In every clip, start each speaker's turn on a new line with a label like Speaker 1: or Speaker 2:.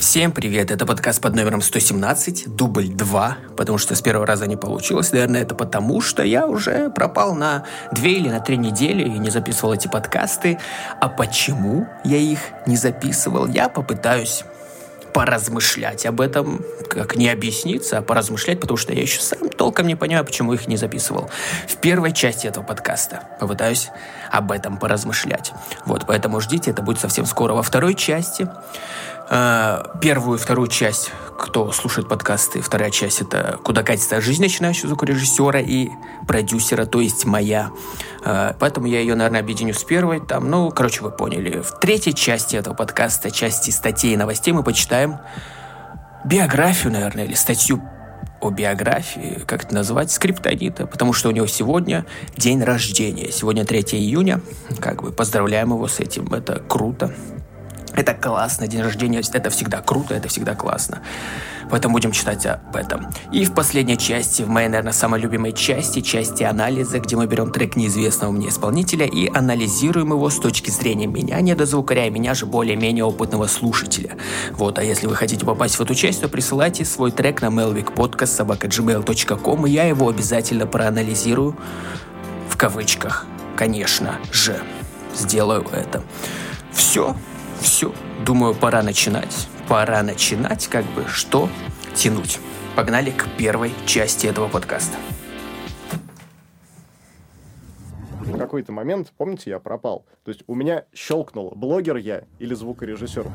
Speaker 1: Всем привет, это подкаст под номером 117, дубль 2, потому что с первого раза не получилось. Наверное, это потому, что я уже пропал на 2 или на 3 недели и не записывал эти подкасты. А почему я их не записывал, я попытаюсь поразмышлять об этом, как не объясниться, а поразмышлять, потому что я еще сам толком не понимаю, почему их не записывал. В первой части этого подкаста попытаюсь об этом поразмышлять. Вот, поэтому ждите, это будет совсем скоро. Во второй части, первую и вторую часть, кто слушает подкасты, вторая часть — это «Куда катится жизнь начинающего звукорежиссера и продюсера», то есть моя. Поэтому я ее, наверное, объединю с первой. Вы поняли. В третьей части этого подкаста, части статей и новостей, мы почитаем биографию, наверное, или статью о биографии, как это назвать, скриптонита, потому что у него сегодня день рождения. Сегодня 3 июня. Поздравляем его с этим. Это круто. Это классно, день рождения, это всегда круто, это всегда классно. Поэтому будем читать об этом. И в последней части, в моей, наверное, самой любимой части анализа, где мы берем трек неизвестного мне исполнителя и анализируем его с точки зрения меня, недозвукаря, и меня же более-менее опытного слушателя. Вот, а если вы хотите попасть в эту часть, то присылайте свой трек на melvikpodcast@gmail.com, и я его обязательно проанализирую, в кавычках, конечно же, сделаю это. Все. Думаю, пора начинать, что тянуть. Погнали к первой части этого подкаста.
Speaker 2: В какой-то момент, помните, я пропал. То есть у меня щелкнуло, блогер я или звукорежиссер.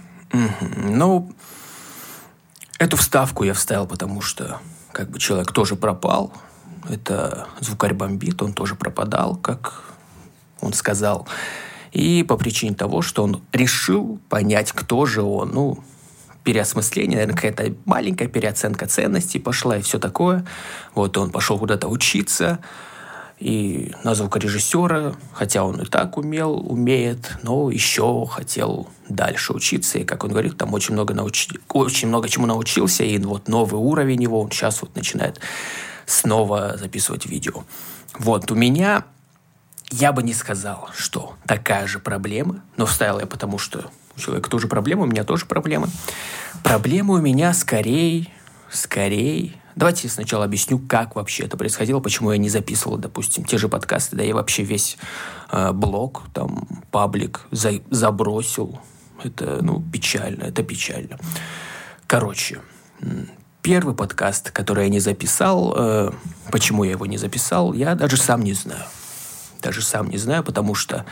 Speaker 1: Эту вставку я вставил, потому что человек тоже пропал. Это звукарь бомбит, он тоже пропадал, как он сказал. И по причине того, что он решил понять, кто же он. Переосмысление, наверное, какая-то маленькая переоценка ценностей пошла и все такое. Вот он пошел куда-то учиться и на звукорежиссера, хотя он и так умеет, но еще хотел дальше учиться. И, как он говорит, там очень много чему научился, и вот новый уровень его, он сейчас вот начинает снова записывать видео. Вот у меня... Я бы не сказал, что такая же проблема, но вставил я потому, что у человека тоже проблемы, у меня тоже проблемы. Проблемы у меня скорее... Давайте я сначала объясню, как вообще это происходило, почему я не записывал, допустим, те же подкасты, да я вообще весь блог, паблик забросил. Это, печально. Короче, первый подкаст, который я не записал, почему я его не записал, я даже сам не знаю. Потому что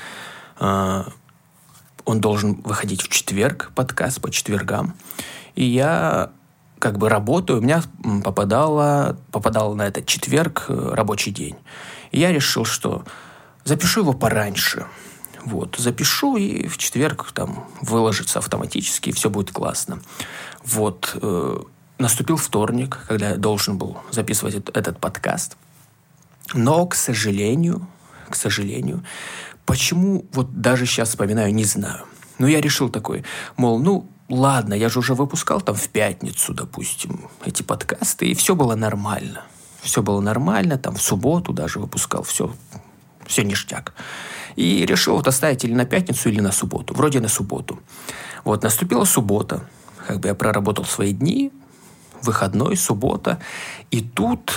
Speaker 1: он должен выходить в четверг, подкаст по четвергам. И я работаю, у меня попадало на этот четверг рабочий день. И я решил, что запишу его пораньше. Вот, запишу, и в четверг выложится автоматически, и все будет классно. Вот, наступил вторник, когда я должен был записывать этот подкаст. Но, к сожалению, почему, даже сейчас вспоминаю, не знаю. Но я решил такой, ладно, я же уже выпускал в пятницу, допустим, эти подкасты, и все было нормально. В субботу даже выпускал, все ништяк. И решил оставить или на пятницу, или на субботу. Вроде на субботу. Вот, наступила суббота. Я проработал свои дни, выходной, суббота. И тут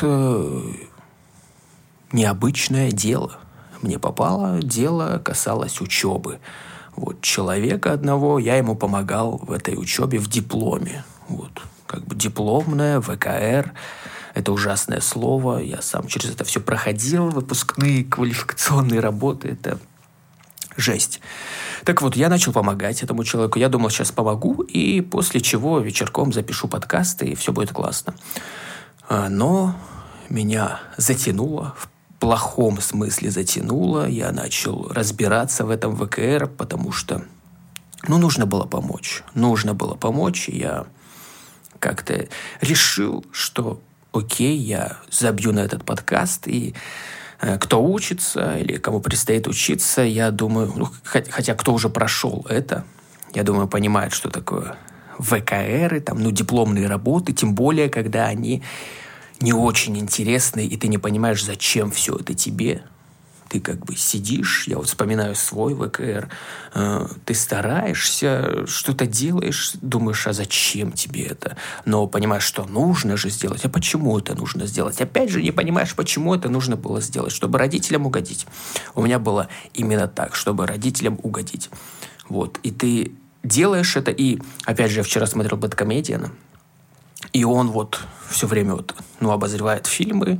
Speaker 1: необычное дело. Мне попало дело, касалось учебы. Вот, человека одного, я ему помогал в этой учебе в дипломе. Вот, дипломное, ВКР. Это ужасное слово. Я сам через это все проходил. Выпускные квалификационные работы. Это жесть. Так вот, я начал помогать этому человеку. Я думал, сейчас помогу, и после чего вечерком запишу подкасты, и все будет классно. Но меня затянуло, в плохом смысле затянуло. Я начал разбираться в этом ВКР, потому что нужно было помочь. И я как-то решил, что окей, я забью на этот подкаст, и кто учится или кому предстоит учиться, я думаю, хотя кто уже прошел это, я думаю, понимает, что такое ВКРы, дипломные работы, тем более, когда они не очень интересные, и ты не понимаешь, зачем все это тебе. ты как бы сидишь, я вот вспоминаю свой ВКР, ты стараешься, что-то делаешь, думаешь, а зачем тебе это? Но понимаешь, что нужно же сделать, а почему это нужно сделать? Опять же, не понимаешь, почему это нужно было сделать, чтобы родителям угодить. У меня было именно так, чтобы родителям угодить. Вот, и ты делаешь это, и, опять же, я вчера смотрел «Бэдкомедиана», и он вот все время вот, обозревает фильмы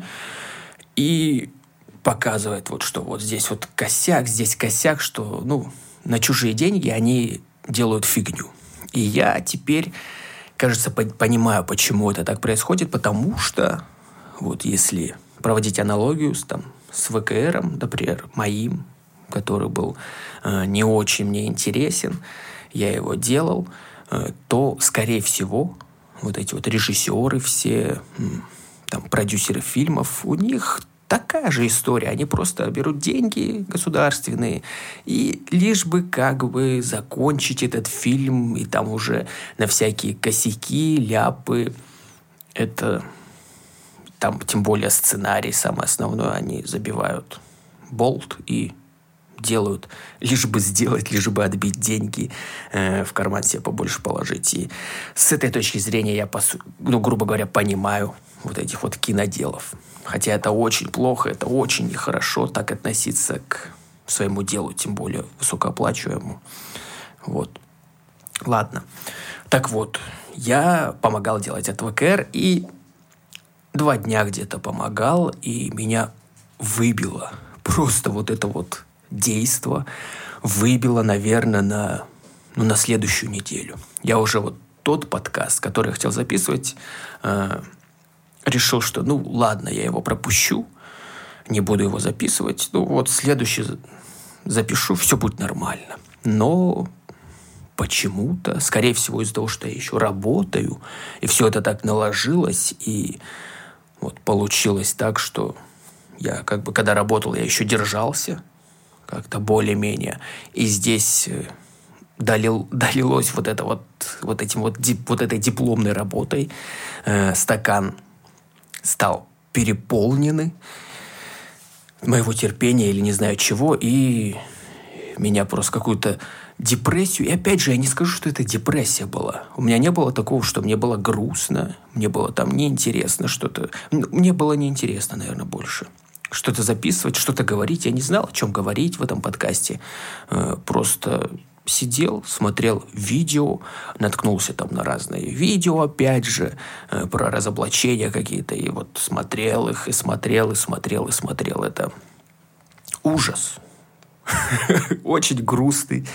Speaker 1: и показывает вот, что вот здесь вот косяк, здесь косяк, что, на чужие деньги они делают фигню. И я теперь, кажется, понимаю, почему это так происходит, потому что вот если проводить аналогию с ВКРом, например, моим, который был не очень мне интересен, я его делал, то, скорее всего, вот эти вот режиссеры все, продюсеры фильмов, у них такая же история. Они просто берут деньги государственные, и лишь бы как бы закончить этот фильм, и там уже на всякие косяки, ляпы, это там тем более сценарий самое основное, они забивают болт и делают, лишь бы сделать, лишь бы отбить деньги, в карман себе побольше положить. И с этой точки зрения я, грубо говоря, понимаю вот этих вот киноделов. Хотя это очень плохо, это очень нехорошо так относиться к своему делу, тем более высокооплачиваемому. Вот. Ладно. Так вот, я помогал делать от ВКР, и 2 дня где-то помогал, и меня выбило. Просто вот это вот действо выбило, наверное, на следующую неделю. Я уже вот тот подкаст, который я хотел записывать, решил, что ладно, я его пропущу, не буду его записывать. Следующий запишу, все будет нормально. Но почему-то, скорее всего, из-за того, что я еще работаю, и все это так наложилось, и вот получилось так, что я как бы, когда работал, я еще держался как-то более-менее. И здесь долилось вот этой дипломной работой. Стакан стал переполненный моего терпения или не знаю чего, и меня просто какую-то депрессию. И опять же, я не скажу, что это депрессия была. У меня не было такого, что мне было грустно, мне было там неинтересно что-то. Мне было неинтересно, наверное, больше. Что-то записывать, что-то говорить. Я не знал, о чем говорить в этом подкасте. Просто сидел, смотрел видео, наткнулся там на разные видео, опять же, про разоблачения какие-то. И вот смотрел их, и смотрел. Это ужас. Очень грустный.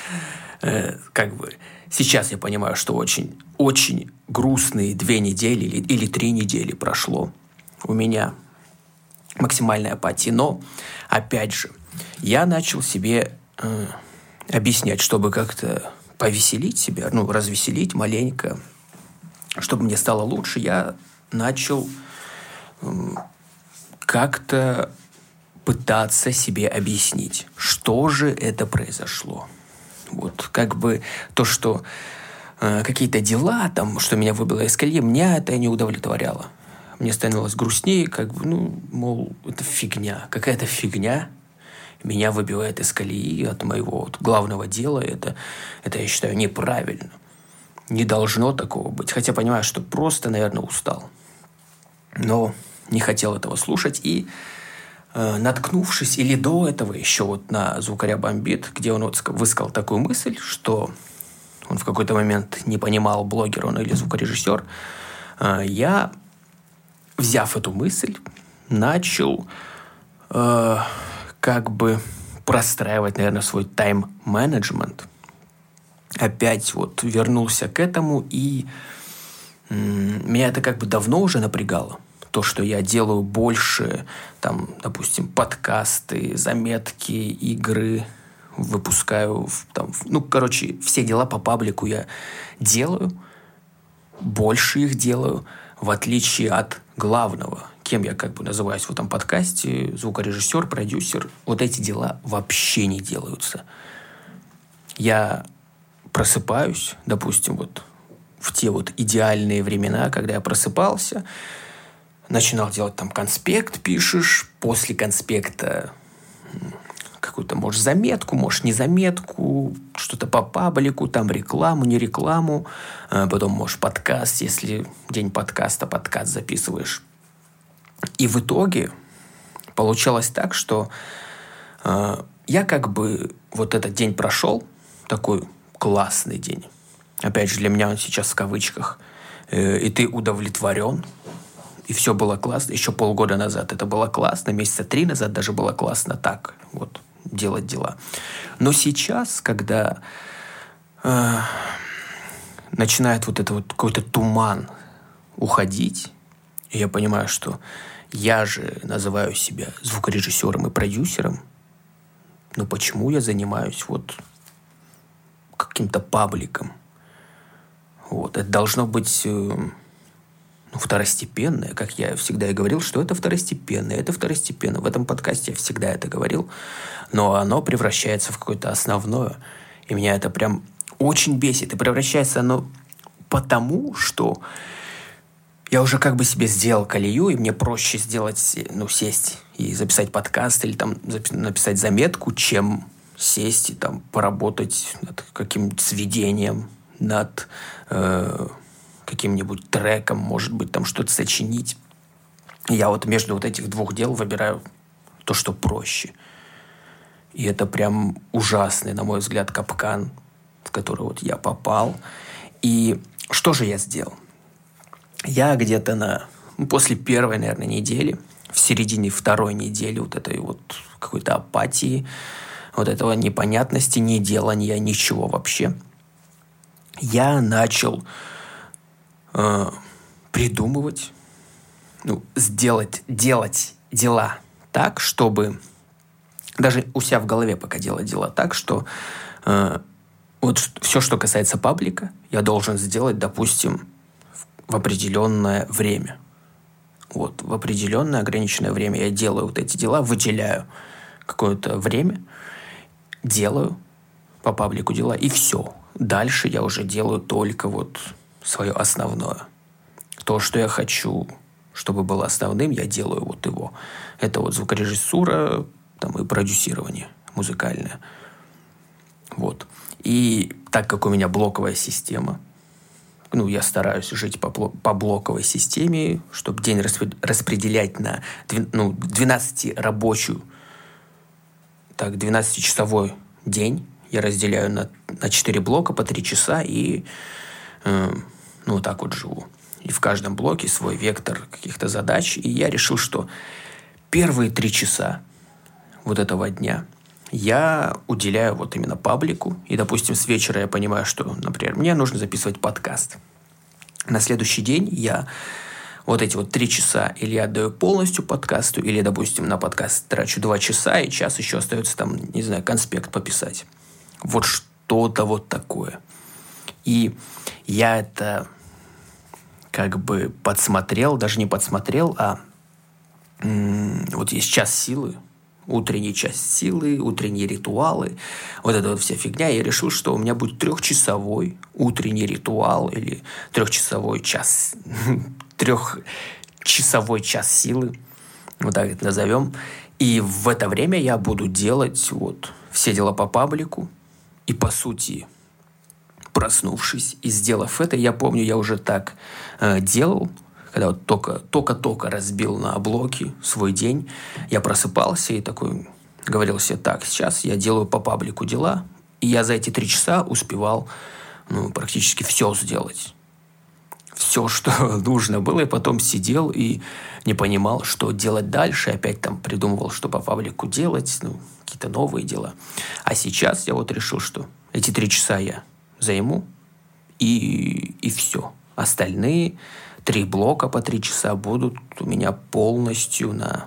Speaker 1: Сейчас я понимаю, что очень, очень грустные 2 недели или 3 недели прошло у меня. Максимальная апатия. Но, опять же, я начал себе объяснять, чтобы как-то повеселить себя, развеселить маленько, чтобы мне стало лучше, я начал как-то пытаться себе объяснить, что же это произошло. Вот как бы то, что какие-то дела, что меня выбило из колеи, меня это не удовлетворяло. Мне становилось грустнее, это фигня. Какая-то фигня меня выбивает из колеи от моего главного дела. Это, я считаю, неправильно. Не должно такого быть. Хотя понимаю, что просто, наверное, устал. Но не хотел этого слушать. И наткнувшись, или до этого еще на «Звукаря бомбит», где он высказал такую мысль, что он в какой-то момент не понимал, блогер он или звукорежиссер, я, взяв эту мысль, начал простраивать, наверное, свой тайм-менеджмент. Опять вернулся к этому, и меня это давно уже напрягало. То, что я делаю больше, допустим, подкасты, заметки, игры, выпускаю, все дела по паблику я делаю, больше их делаю, в отличие от главного, кем я называюсь в этом подкасте, звукорежиссер, продюсер, вот эти дела вообще не делаются. Я просыпаюсь, допустим, в те идеальные времена, когда я просыпался, начинал делать конспект, пишешь, после конспекта какую-то, может, заметку, может, не заметку, что-то по паблику, там рекламу, не рекламу. Потом, может, подкаст, если день подкаст записываешь. И в итоге получалось так, что я как бы вот этот день прошел, такой классный день. Опять же, для меня он сейчас в кавычках. И ты удовлетворен. И все было классно. Еще полгода назад это было классно. Месяца 3 назад даже было классно так. Вот, делать дела. Но сейчас, когда начинает вот это вот какой-то туман уходить, и я понимаю, что я же называю себя звукорежиссером и продюсером, но почему я занимаюсь вот каким-то пабликом? Вот. Это должно быть второстепенное, как я всегда и говорил, что это второстепенное. В этом подкасте я всегда это говорил, но оно превращается в какое-то основное. И меня это прям очень бесит. И превращается оно потому, что я уже как бы себе сделал колею, и мне проще сделать, сесть и записать подкаст или там написать заметку, чем сесть и там поработать над каким-то сведением, над каким-нибудь треком, может быть, там что-то сочинить. Я вот между вот этих двух дел выбираю то, что проще. И это прям ужасный, на мой взгляд, капкан, в который вот я попал. И что же я сделал? Я где-то после первой, наверное, недели, в середине второй недели вот этой вот какой-то апатии, вот этого непонятности, неделания, ничего вообще, я начал придумывать, делать дела так, чтобы даже у себя в голове пока делать дела так, что вот все, что касается паблика, я должен сделать, допустим, в определенное время. Вот, в определенное ограниченное время я делаю вот эти дела, выделяю какое-то время, делаю по паблику дела, и все. Дальше я уже делаю только вот свое основное. То, что я хочу, чтобы было основным, я делаю вот его. Это вот звукорежиссура там, и продюсирование музыкальное. Вот. И так как у меня блоковая система, я стараюсь жить по блоковой системе, чтобы день распределять на 12-часовой день. Я разделяю на 4 блока по 3 часа и так вот живу. И в каждом блоке свой вектор каких-то задач. И я решил, что первые 3 часа вот этого дня я уделяю вот именно паблику. И, допустим, с вечера я понимаю, что, например, мне нужно записывать подкаст. На следующий день я вот эти вот 3 часа или отдаю полностью подкасту, или, допустим, на подкаст трачу 2 часа, и час еще остается там, не знаю, конспект пописать. Вот что-то вот такое. И я это как бы подсмотрел, даже не подсмотрел, а вот есть час силы, утренний час силы, утренние ритуалы, вот эта вот вся фигня. Я решил, что у меня будет 3-часовой утренний ритуал или 3-часовой час силы, вот так это назовем. И в это время я буду делать вот все дела по паблику. И, по сути, проснувшись и сделав это, я помню, я уже так делал, когда вот только разбил на блоки свой день, я просыпался и такой говорил себе: так, сейчас я делаю по паблику дела, и я за эти 3 часа успевал практически все сделать. Все, что нужно было, и потом сидел и не понимал, что делать дальше, опять там придумывал, что по паблику делать, какие-то новые дела. А сейчас я вот решил, что эти 3 часа я займу, и все. Остальные 3 блока по 3 часа будут у меня полностью на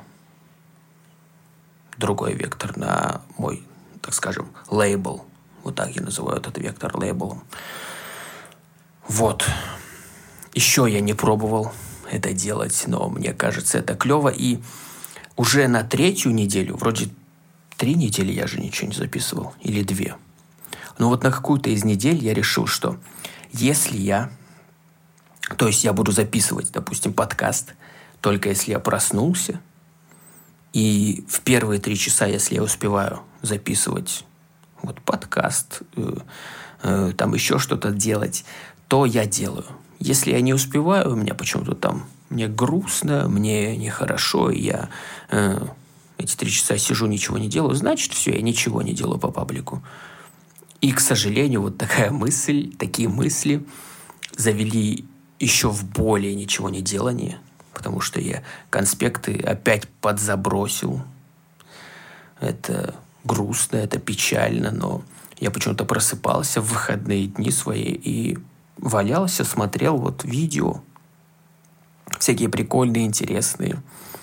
Speaker 1: другой вектор, на мой, так скажем, лейбл. Вот так я называю этот вектор лейблом. Вот. Еще я не пробовал это делать, но мне кажется, это клево. И уже на 3-ю неделю, вроде 3 недели я же ничего не записывал, или 2. Но вот на какую-то из недель я решил, что если я буду записывать, допустим, подкаст, только если я проснулся И в первые 3 часа, если я успеваю записывать вот подкаст, там еще что-то делать, то я делаю. Если я не успеваю, у меня почему-то там мне грустно, мне нехорошо, и я эти 3 часа сижу, ничего не делаю, значит, все, я ничего не делаю по паблику. И, к сожалению, вот такие мысли завели еще в более ничего не делание, потому что я конспекты опять подзабросил. Это грустно, это печально, но я почему-то просыпался в выходные дни свои и валялся, смотрел вот видео, всякие прикольные, интересные.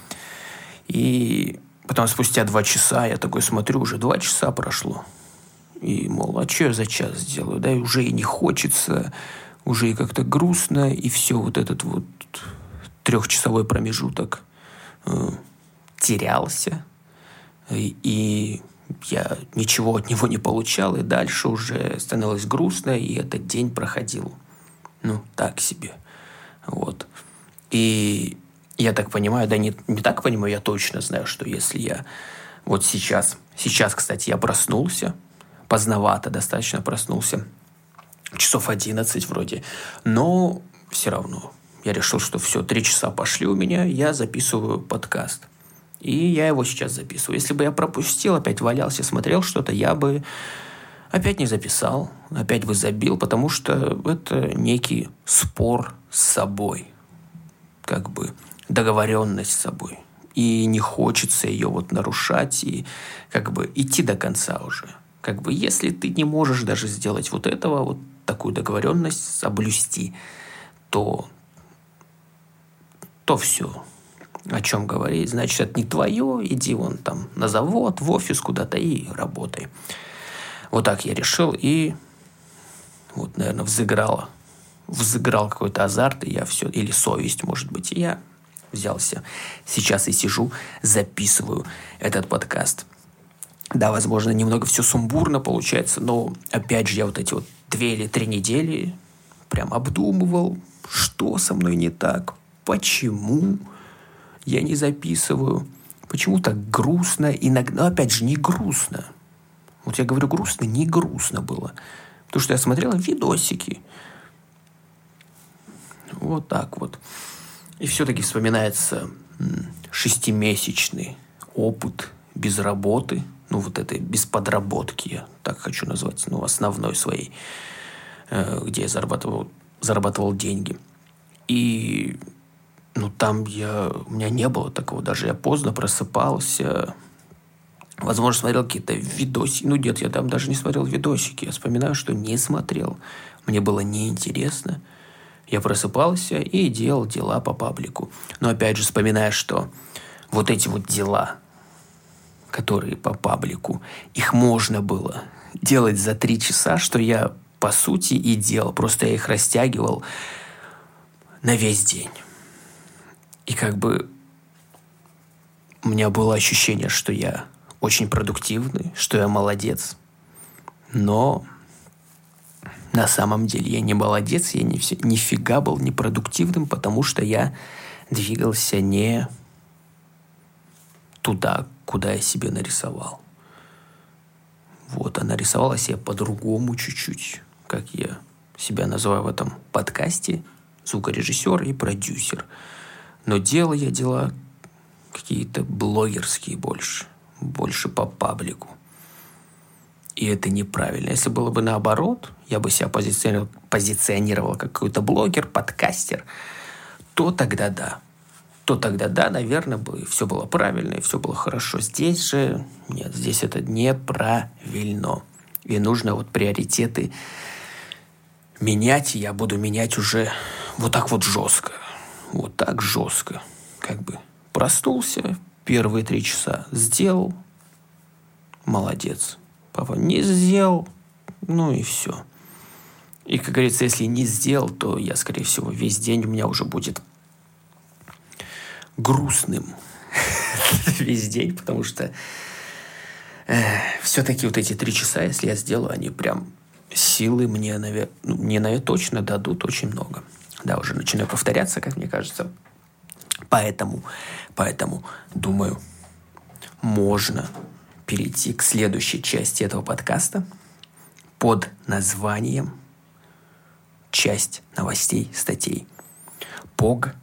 Speaker 1: И потом спустя 2 часа я такой смотрю, уже 2 часа прошло. И, мол, а что я за час сделаю? Да, и уже и не хочется, уже и как-то грустно, и все вот этот вот 3-часовой промежуток терялся. И я ничего от него не получал, и дальше уже становилось грустно, и этот день проходил, так себе. Вот. И я так понимаю, да не так понимаю, я точно знаю, что если я вот сейчас, кстати, я проснулся, поздновато достаточно проснулся, часов 11 вроде, но все равно я решил, что все, 3 часа пошли у меня, я записываю подкаст. И я его сейчас записываю. Если бы я пропустил, опять валялся, смотрел что-то, я бы опять не записал, опять бы забил, потому что это некий спор с собой, как бы договоренность с собой. И не хочется ее вот нарушать и как бы идти до конца уже. Как бы если ты не можешь даже сделать вот этого, вот такую договоренность соблюсти, то все. О чем говорить, значит, это не твое, иди вон там на завод, в офис куда-то и работай. Вот так я решил, и вот, наверное, взыграл какой-то азарт, и я все, или совесть, может быть, и я взялся. Сейчас и сижу, записываю этот подкаст. Да, возможно, немного все сумбурно получается, но, опять же, я вот эти вот 2 или 3 недели прям обдумывал, что со мной не так, почему я не записываю, почему так грустно, иногда, опять же, не грустно. Вот я говорю грустно, не грустно было. Потому что я смотрел видосики. Вот так вот. И все-таки вспоминается 6-месячный опыт без работы. Вот этой без подработки, я так хочу назвать, основной своей, где я зарабатывал деньги. И там у меня не было такого, даже я поздно просыпался, возможно, смотрел какие-то видосики, нет, я там даже не смотрел видосики, я вспоминаю, что не смотрел, мне было неинтересно, я просыпался и делал дела по паблику, но опять же вспоминая, что вот эти вот дела, которые по паблику, их можно было делать за 3 часа, что я по сути и делал, просто я их растягивал на весь день. И как бы у меня было ощущение, что я очень продуктивный, что я молодец. Но на самом деле я не молодец, я нифига был непродуктивным, потому что я двигался не туда, куда я себе нарисовал. Вот, а нарисовал я себе по-другому чуть-чуть, как я себя называю в этом подкасте, звукорежиссер и продюсер. Но делал я дела какие-то блогерские больше по паблику. И это неправильно. Если было бы наоборот, я бы себя позиционировал как какой-то блогер, подкастер, то тогда да, наверное, бы все было правильно и все было хорошо. Здесь же нет, здесь это неправильно. И нужно вот приоритеты менять. Я буду менять уже вот так вот жестко. Вот так жестко. Как бы проснулся, первые 3 часа сделал, молодец. Папа не сделал, и все. И, как говорится, если не сделал, то я, скорее всего, весь день у меня уже будет грустным. Весь день, потому что все-таки вот эти 3 часа, если я сделаю, они прям силы мне, наверное, точно дадут очень много. Да, уже начинаю повторяться, как мне кажется. Поэтому думаю, можно перейти к следующей части этого подкаста под названием «Часть новостей, статей». Погнали.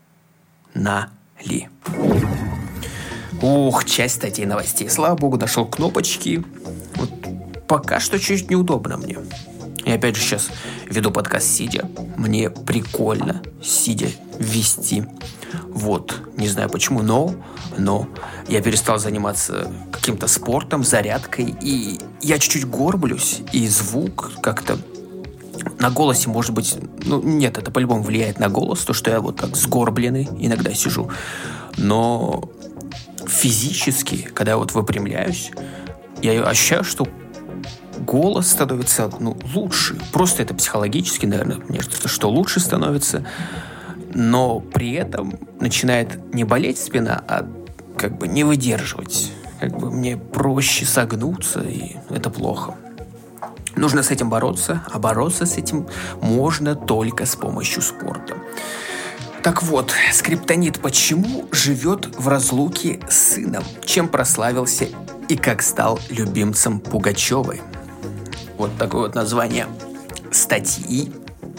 Speaker 1: Часть статей новостей. Слава богу, нашел кнопочки. Вот пока что чуть неудобно мне. И опять же сейчас веду подкаст сидя. Мне прикольно сидя вести. Вот, не знаю почему, но я перестал заниматься каким-то спортом, зарядкой, и я чуть-чуть горблюсь, и звук как-то на голосе, может быть, нет, это по-любому влияет на голос, то, что я вот так сгорбленный иногда сижу, но физически, когда я вот выпрямляюсь, я ощущаю, что голос становится, лучше. Просто это психологически, наверное, мне кажется, что лучше становится, но при этом начинает не болеть спина, а как бы не выдерживать. Как бы мне проще согнуться, и это плохо. Нужно с этим бороться, а бороться с этим можно только с помощью спорта. Так вот, Скриптонит почему живет в разлуке с сыном? Чем прославился и как стал любимцем Пугачевой? Вот такое вот название статьи.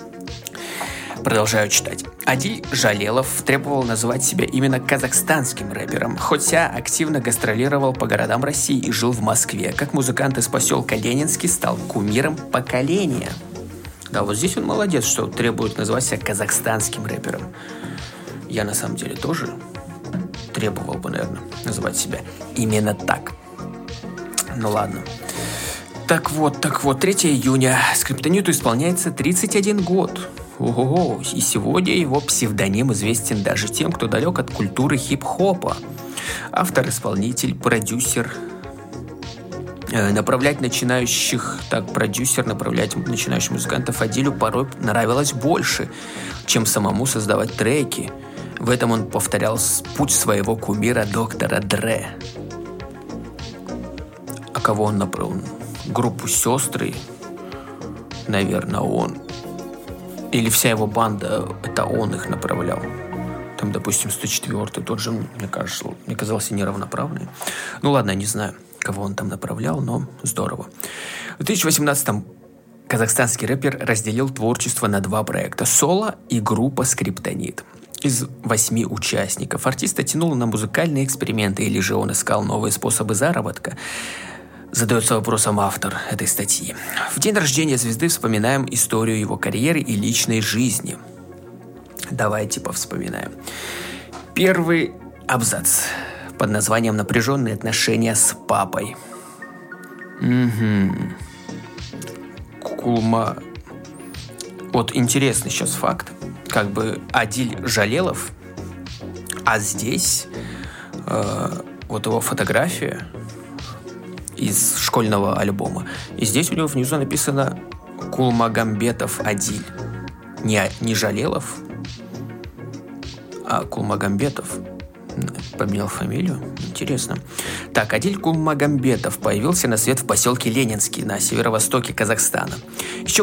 Speaker 1: Продолжаю читать. Адиль Жалелов требовал называть себя именно казахстанским рэпером, хотя активно гастролировал по городам России и жил в Москве. Как музыкант из поселка Ленинский стал кумиром поколения. Да, вот здесь он молодец, что требует называть себя казахстанским рэпером. Я на самом деле тоже требовал бы, наверное, называть себя именно так. Ну ладно. Так вот, 3 июня Скриптониту исполняется 31 год. Ого-го, и сегодня его псевдоним известен даже тем, кто далек от культуры хип-хопа. Автор-исполнитель, продюсер, направлять начинающих музыкантов Адилю порой нравилось больше, чем самому создавать треки. В этом он повторял путь своего кумира доктора Дре. А кого он направил? Группу «Сестры», наверное, он. Или вся его банда, это он их направлял. Там, допустим, 104-й, тот же, мне казался неравноправный. Ну ладно, не знаю, кого он там направлял, но здорово. В 2018-м казахстанский рэпер разделил творчество на 2 проекта: соло и группа «Скриптонит». Из 8 участников артиста тянуло на музыкальные эксперименты, или же он искал новые способы заработка. Задается вопросом автор этой статьи. В день рождения звезды вспоминаем историю его карьеры и личной жизни. Давайте повспоминаем. Первый абзац под названием «Напряженные отношения с папой». Вот интересный сейчас факт. Как бы Адиль Жалелов, а здесь вот его фотография из школьного альбома. И здесь у него внизу написано Кулмагамбетов Адиль. Не Жалелов, а Кулмагамбетов. Поменял фамилию. Интересно. Так, Адиль Кулмагамбетов появился на свет в поселке Ленинский на северо-востоке Казахстана. Еще в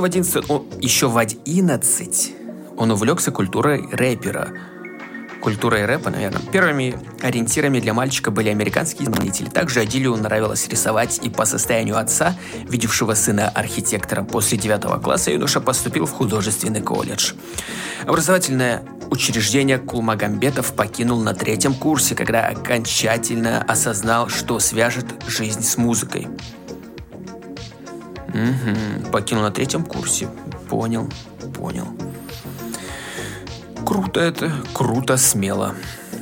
Speaker 1: 11 он увлекся культурой рэпера. Культурой рэпа, наверное. Первыми ориентирами для мальчика были американские исполнители. Также Адилю нравилось рисовать, и по состоянию отца, видевшего сына архитектором, после 9 класса юноша поступил в художественный колледж. Образовательное учреждение Кулмагамбетов покинул на 3-м курсе, когда окончательно осознал, что свяжет жизнь с музыкой. Покинул на 3-м курсе. Понял. Круто это, круто, смело.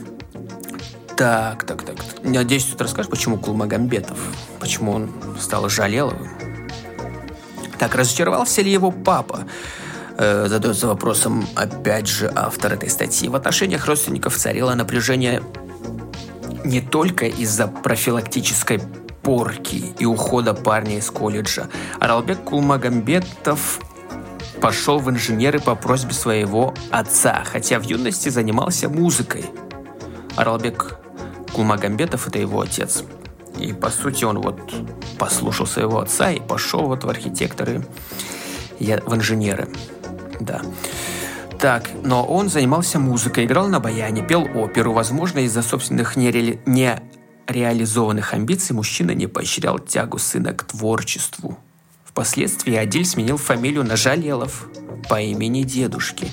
Speaker 1: Так. Надеюсь, тут расскажешь, почему Кулмагамбетов? Почему он стал Жалеловым? Так, разочаровался ли его папа? Задается вопросом, опять же, автор этой статьи. В отношениях родственников царило напряжение не только из-за профилактической порки и ухода парня из колледжа. Аралбек Кулмагамбетов пошел в инженеры по просьбе своего отца, хотя в юности занимался музыкой. Аралбек Кулмагамбетов – это его отец. И, по сути, он вот послушал своего отца и пошел вот в архитекторы, в инженеры. Да. Так, но он занимался музыкой, играл на баяне, пел оперу, возможно, из-за собственных реализованных амбиций мужчина не поощрял тягу сына к творчеству. Впоследствии Адиль сменил фамилию на Жалелов по имени дедушки.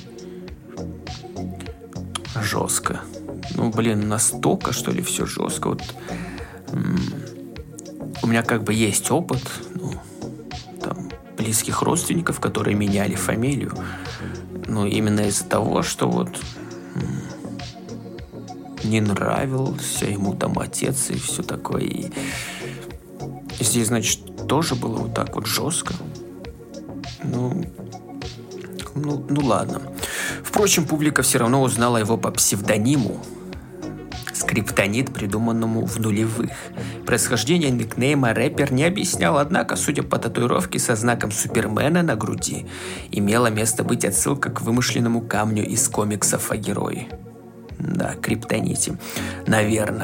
Speaker 1: Жестко. Настолько, что ли, все жестко. Вот, у меня как бы есть опыт, близких родственников, которые меняли фамилию. Именно из-за того, что не нравился ему там отец и все такое. И здесь, значит, тоже было вот так вот жестко. Ладно. Впрочем, публика все равно узнала его по псевдониму Скриптонит, придуманному в нулевых. Происхождение никнейма рэпер не объяснял, однако, судя по татуировке со знаком Супермена на груди, имела место быть отсылка к вымышленному камню из комиксов о герое. Да, Криптоните. Наверное.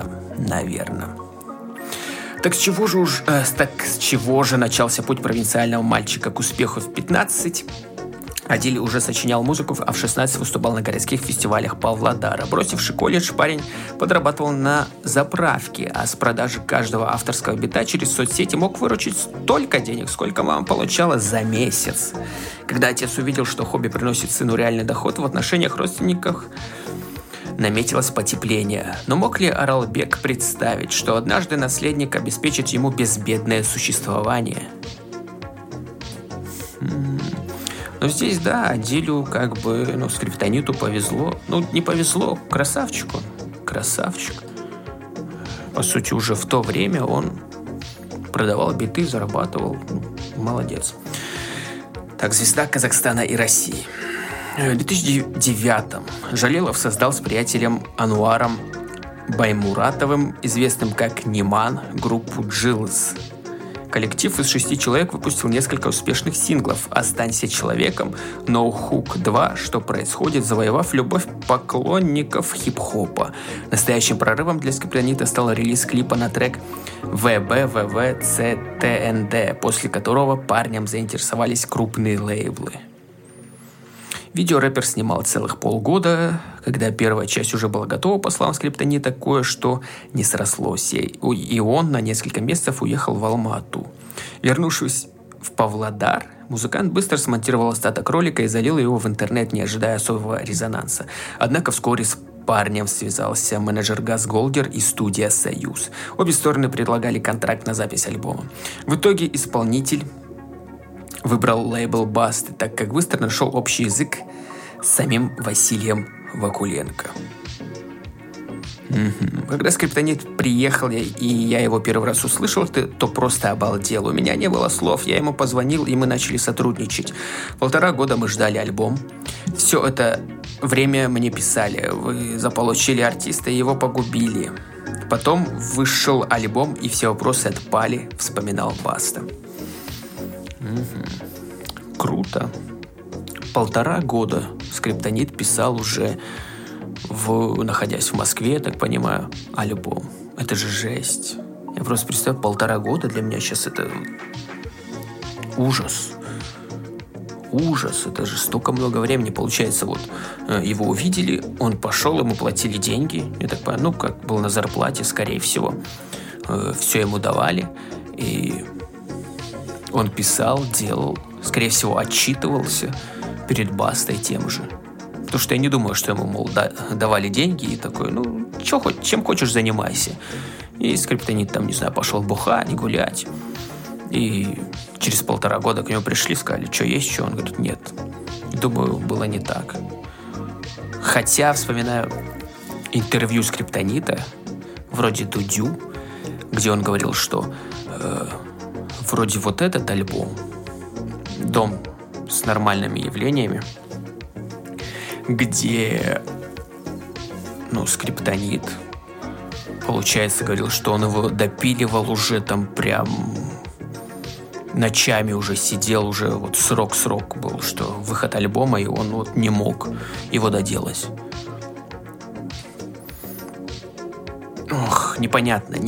Speaker 1: Так с чего же начался путь провинциального мальчика к успеху в 15? Адиль уже сочинял музыку, а в 16 выступал на городских фестивалях Павлодара. Бросивший колледж, парень подрабатывал на заправке, а с продажи каждого авторского бита через соцсети мог выручить столько денег, сколько мама получала за месяц. Когда отец увидел, что хобби приносит сыну реальный доход, в отношениях родственников наметилось потепление. Но мог ли Оралбек представить, что однажды наследник обеспечит ему безбедное существование? Но здесь, да, Адилю Скриптониту повезло. Не повезло, красавчику. Красавчик. По сути, уже в то время он продавал биты, зарабатывал. Молодец. Так, звезда Казахстана и России. В 2009-м Жалелов создал с приятелем Ануаром Баймуратовым, известным как Ниман, группу «Джилс». Коллектив из 6 человек выпустил несколько успешных синглов «Останься человеком», «No Hook 2», «Что происходит», завоевав любовь поклонников хип-хопа. Настоящим прорывом для Скриптонита стал релиз клипа на трек «ВБВВЦТНД», после которого парням заинтересовались крупные лейблы. Видео рэпер снимал целых полгода. Когда первая часть уже была готова, по словам Скриптонита, кое-что не срослось, и он на несколько месяцев уехал в Алмату. Вернувшись в Павлодар, музыкант быстро смонтировал остаток ролика и залил его в интернет, не ожидая особого резонанса. Однако вскоре с парнем связался менеджер Газ Голдер и студия «Союз». Обе стороны предлагали контракт на запись альбома. В итоге исполнитель выбрал лейбл «Басты», так как быстро нашел общий язык с самим Василием Вакуленко. Когда Скриптонит приехал, и я его первый раз услышал, то просто обалдел. У меня не было слов, я ему позвонил, и мы начали сотрудничать. 1,5 года мы ждали альбом. Все это время мне писали: вы заполучили артиста, его погубили. Потом вышел альбом, и все вопросы отпали, вспоминал Баста. Круто. 1,5 года Скриптонит писал уже, находясь в Москве, я так понимаю, альбом. Это же жесть. Я просто представляю, 1,5 года для меня сейчас это ужас. Ужас. Это же столько много времени. Получается, его увидели, он пошел, ему платили деньги. Я так понимаю, как был на зарплате, скорее всего. Все ему давали. И он писал, делал, скорее всего, отчитывался перед Бастой тем же. Потому что я не думаю, что ему, давали деньги и такой, чем хочешь, занимайся. И Скриптонит там, не знаю, пошел бухать, гулять. И через 1,5 года к нему пришли, сказали, что есть, что? Он говорит, нет. Думаю, было не так. Хотя, вспоминаю интервью Скриптонита, вроде Дудю, где он говорил, что вроде вот этот альбом «Дом с нормальными явлениями», где Скриптонит, получается, говорил, что он его допиливал уже там прям ночами уже сидел, уже срок был, что выход альбома, и он не мог его доделать. Ох, непонятно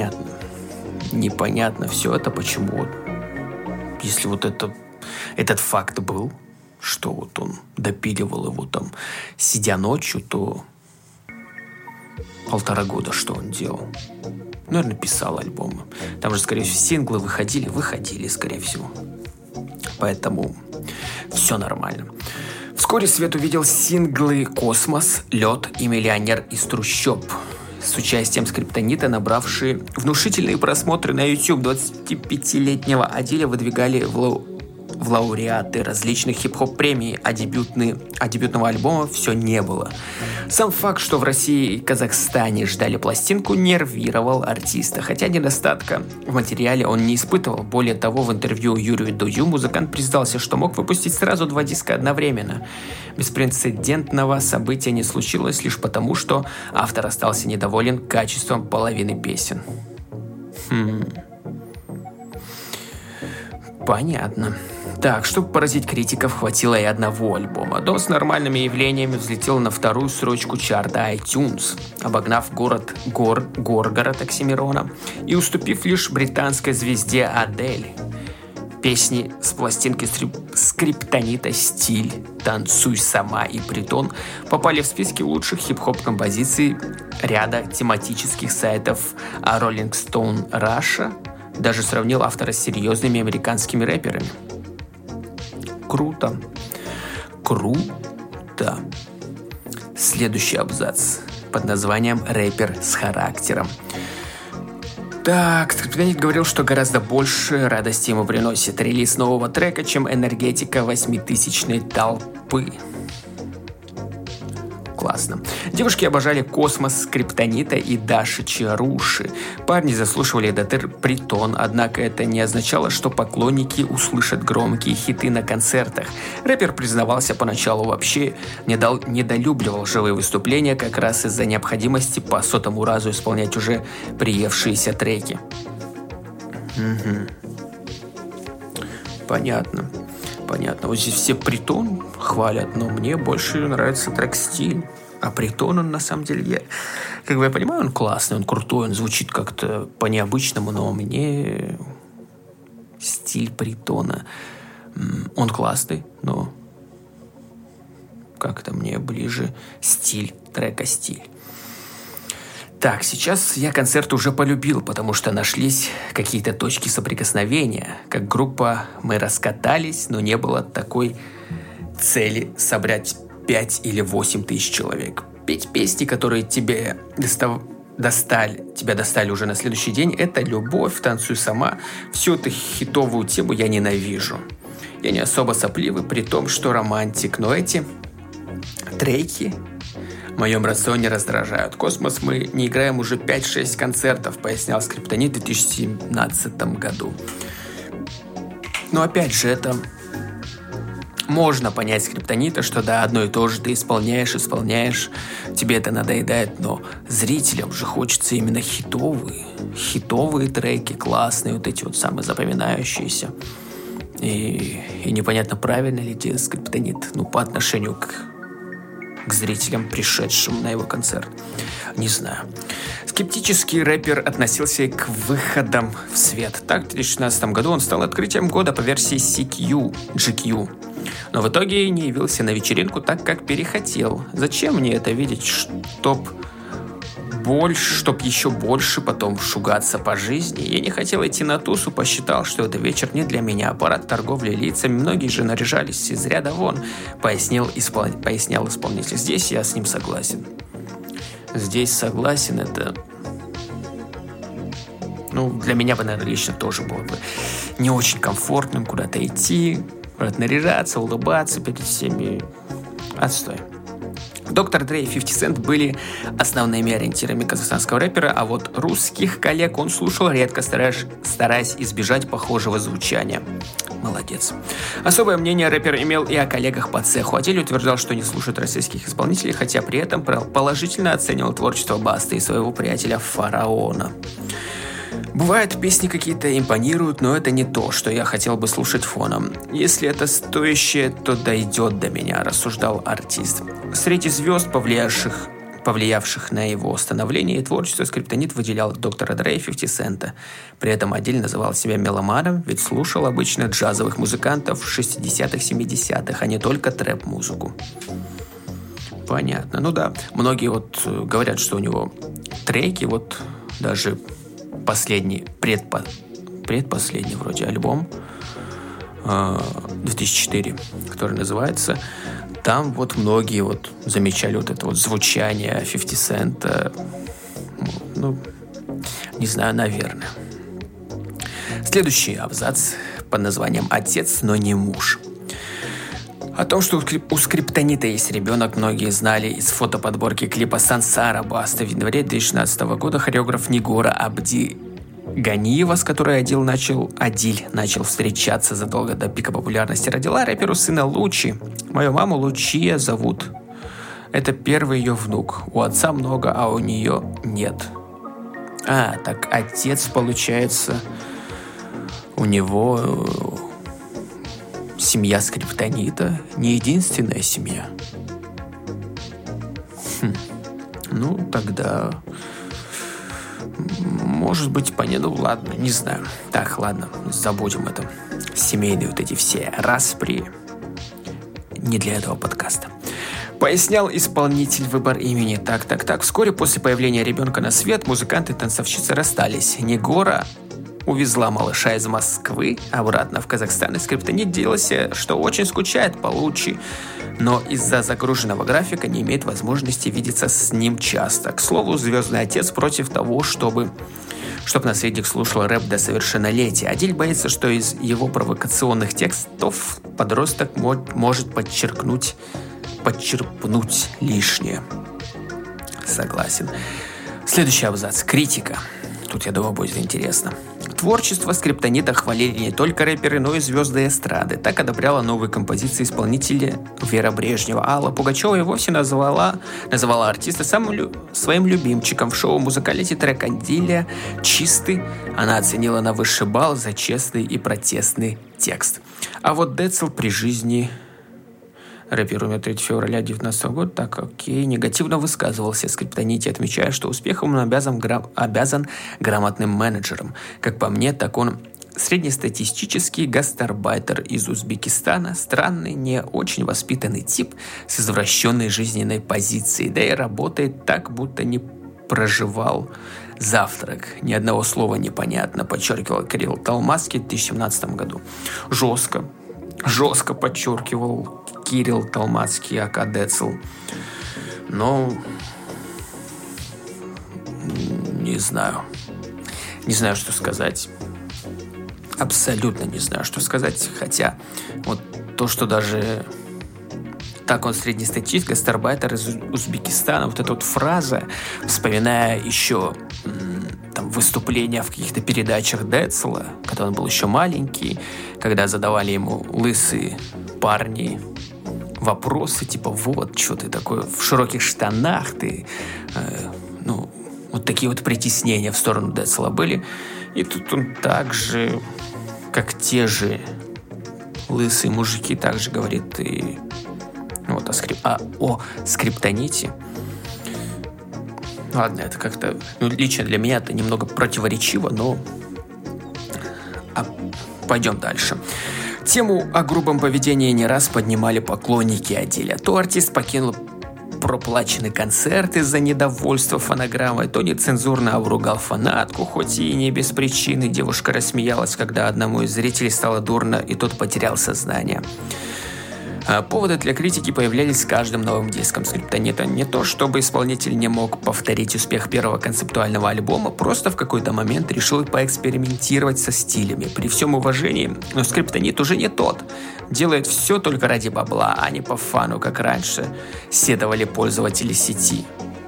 Speaker 1: все это, почему. Если этот факт был, что он допиливал его там, сидя ночью, то 1,5 года что он делал? наверное, писал альбомы. Там же, скорее всего, синглы выходили, скорее всего. Поэтому все нормально. Вскоре свет увидел синглы «Космос», «Лед» и «Миллионер из трущоб», с участием Скриптонита, набравшие внушительные просмотры на YouTube. 25-летнего Адиля выдвигали в лауреаты различных хип-хоп премий, а дебютного альбома все не было. Сам факт, что в России и Казахстане ждали пластинку, нервировал артиста, хотя недостатка в материале он не испытывал. Более того, в интервью Юрию Дудю музыкант признался, что мог выпустить сразу 2 диска одновременно. Беспрецедентного события не случилось лишь потому, что автор остался недоволен качеством половины песен. Понятно. Так, чтобы поразить критиков, хватило и одного альбома. Дом с нормальными явлениями взлетел на 2-ю строчку чарта iTunes, обогнав Горгород Оксимирона и уступив лишь британской звезде Адель. Песни с пластинки Скриптонита «Стиль», «Танцуй сама» и «Притон» попали в списки лучших хип-хоп композиций ряда тематических сайтов, а Rolling Stone Russia даже сравнил автора с серьезными американскими рэперами. Круто. Следующий абзац под названием «Рэпер с характером». Так, Скриптонит говорил, что гораздо больше радости ему приносит релиз нового трека, чем энергетика 8000-й толпы. Классно. Девушки обожали «Космос» Скриптонита и Даши Чаруши. Парни заслушивали этот «Притон», однако это не означало, что поклонники услышат громкие хиты на концертах. Рэпер признавался поначалу вообще недолюбливал живые выступления как раз из-за необходимости по 100-му разу исполнять уже приевшиеся треки. Понятно. Вот здесь все «Притон» хвалят, но мне больше нравится трек «Стиль». А «Притон» он на самом деле... я понимаю, он классный, он крутой, он звучит как-то по-необычному, но мне стиль «Притона», он классный, но как-то мне ближе стиль трека «Стиль». Так, сейчас я концерт уже полюбил, потому что нашлись какие-то точки соприкосновения. Как группа мы раскатались, но не было такой цели собрать 5 или 8 тысяч человек. Петь песни, которые тебя достали уже на следующий день, это «Любовь», «Танцуй сама». Всю эту хитовую тему я ненавижу. Я не особо сопливый, при том, что романтик, но эти треки в моем рационе раздражают. «Космос» мы не играем уже 5-6 концертов, пояснял Скриптонит в 2017 году. Но опять же, это... Можно понять Скриптонита, что да, одно и то же ты исполняешь, тебе это надоедает, но зрителям же хочется именно хитовые треки, классные, вот эти вот самые запоминающиеся. И непонятно, правильно ли делает Скриптонит, по отношению к зрителям, пришедшим на его концерт. Не знаю. Скептически рэпер относился к выходам в свет. Так, в 2016 году он стал открытием года по версии GQ. Но в итоге не явился на вечеринку так, как перехотел. Зачем мне это видеть, чтоб еще больше потом шугаться по жизни? Я не хотел идти на тусу, посчитал, что это вечер не для меня. Аппарат торговли лицами, многие же наряжались из ряда вон, пояснял исполнитель. Здесь я с ним согласен. Это... для меня бы, наверное, лично тоже было бы не очень комфортным куда-то идти, куда-то наряжаться, улыбаться перед всеми. Отстой. Доктор Дре и 50 Cent были основными ориентирами казахстанского рэпера, а вот русских коллег он слушал редко, стараясь избежать похожего звучания. Молодец. Особое мнение рэпер имел и о коллегах по цеху. Адель утверждал, что не слушает российских исполнителей, хотя при этом положительно оценивал творчество Басты и своего приятеля Фараона. Бывает, песни какие-то импонируют, но это не то, что я хотел бы слушать фоном. Если это стоящее, то дойдет до меня, рассуждал артист. Среди звезд, повлиявших на его становление и творчество, Скриптонит выделял доктора Дре и 50 Cent. При этом Адель называл себя меломаном, ведь слушал обычно джазовых музыкантов 60-х, 70-х, а не только трэп-музыку. Понятно. Да, многие говорят, что у него треки, даже последний, предпоследний вроде альбом 2004, который называется. Там вот многие вот замечали вот это вот звучание 50 Cent. Ну, не знаю, наверное. Следующий абзац под названием «Отец, но не муж». О том, что у Скриптонита есть ребенок, многие знали из фотоподборки клипа «Сансара Баста» в январе 2016 года. Хореограф Нигора Абди Ганиева, с которой Адиль начал встречаться задолго до пика популярности, родила рэперу сына Лучи. Мою маму Лучия зовут. Это первый ее внук. У отца много, а у нее нет. Так отец, получается, у него семья Скриптонита не единственная семья. Ну, тогда... Может быть, понятно, ладно, не знаю. Так, ладно, забудем это. Семейные вот эти все распри. Не для этого подкаста. Пояснял исполнитель выбор имени. Так. Вскоре после появления ребенка на свет музыканты и танцовщицы расстались. Нигора увезла малыша из Москвы обратно в Казахстан, и Скриптонит делался, что очень скучает по Лучи, но из-за загруженного графика не имеет возможности видеться с ним часто. К слову, звездный отец против того, чтобы наследник слушал рэп до совершеннолетия. Адиль боится, что из его провокационных текстов подросток может подчерпнуть лишнее. Согласен. Следующий абзац. Критика. Тут, я думаю, будет интересно. Творчество Скриптонита хвалили не только рэперы, но и звезды эстрады. Так одобряла новые композиции исполнителя Вера Брежнева. Алла Пугачева и вовсе называла артиста своим любимчиком. В шоу «Музыкалити» трек Адиля «Чистый» она оценила на высший балл за честный и протестный текст. А вот Децл при жизни... Рэпер умер 3 февраля 2019 года, так негативно высказывался о Скриптоните, отмечая, что успехом он обязан грамотным менеджером. Как по мне, так он среднестатистический гастарбайтер из Узбекистана, странный, не очень воспитанный тип с извращенной жизненной позицией, да и работает так, будто не проживал завтрак. Ни одного слова непонятно, подчеркивал Кирилл Толмацкий в 2017 году. Жестко подчеркивал Кирилл Толмацкий, ака Децл. Но... Не знаю, что сказать. Абсолютно не знаю, что сказать. Хотя вот то, что даже... Так он среднестатистический гастарбайтер из Узбекистана. Вот эта вот фраза, вспоминая еще там выступления в каких-то передачах Децла, когда он был еще маленький, когда задавали ему лысые парни вопросы, типа, вот, что ты такой в широких штанах, ты, вот такие вот притеснения в сторону Децла были. И тут он так же, как те же лысые мужики, также говорит и вот о Скриптоните. Ладно, это как-то... лично для меня это немного противоречиво, но... Пойдем дальше. Тему о грубом поведении не раз поднимали поклонники Адиля. То артист покинул проплаченный концерт из-за недовольства фонограммой, то нецензурно обругал фанатку, хоть и не без причины. Девушка рассмеялась, когда одному из зрителей стало дурно, и тот потерял сознание. Поводы для критики появлялись с каждым новым диском Скриптонита. Не то, чтобы исполнитель не мог повторить успех первого концептуального альбома, просто в какой-то момент решил поэкспериментировать со стилями. При всем уважении, но Скриптонит уже не тот. Делает все только ради бабла, а не по фану, как раньше седовали пользователи сети.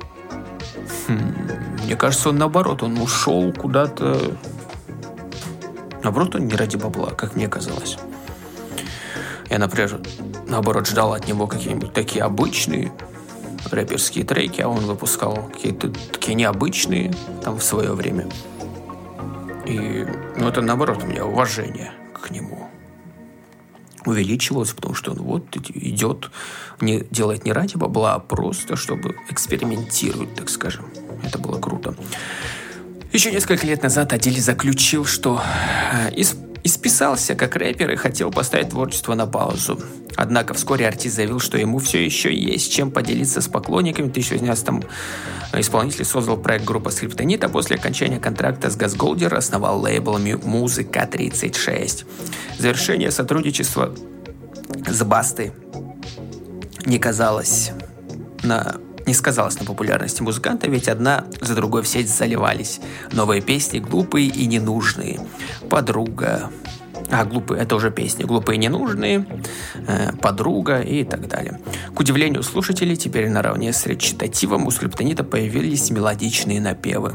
Speaker 1: Мне кажется, он наоборот, он ушел куда-то... Наоборот, он не ради бабла, как мне казалось. Я, например, наоборот, ждал от него какие-нибудь такие обычные рэперские треки, а он выпускал какие-то такие необычные там в свое время. И, это наоборот, у меня уважение к нему увеличивалось, потому что он вот идет, делает не ради бабла, а просто, чтобы экспериментировать, так скажем. Это было круто. Еще несколько лет назад Адиль заключил, что И списался как рэпер и хотел поставить творчество на паузу. Однако вскоре артист заявил, что ему все еще есть чем поделиться с поклонниками. В 2018-м исполнитель создал проект группа Скриптонит, а после окончания контракта с Газголдер основал лейбл Музыка 36. Завершение сотрудничества с Бастой не сказалось на популярности музыканта, ведь одна за другой в сеть заливались новые песни, глупые и ненужные. Подруга. Глупые, это уже песни. Глупые и ненужные, подруга и так далее. К удивлению слушателей, теперь наравне с речитативом у Скриптонита появились мелодичные напевы.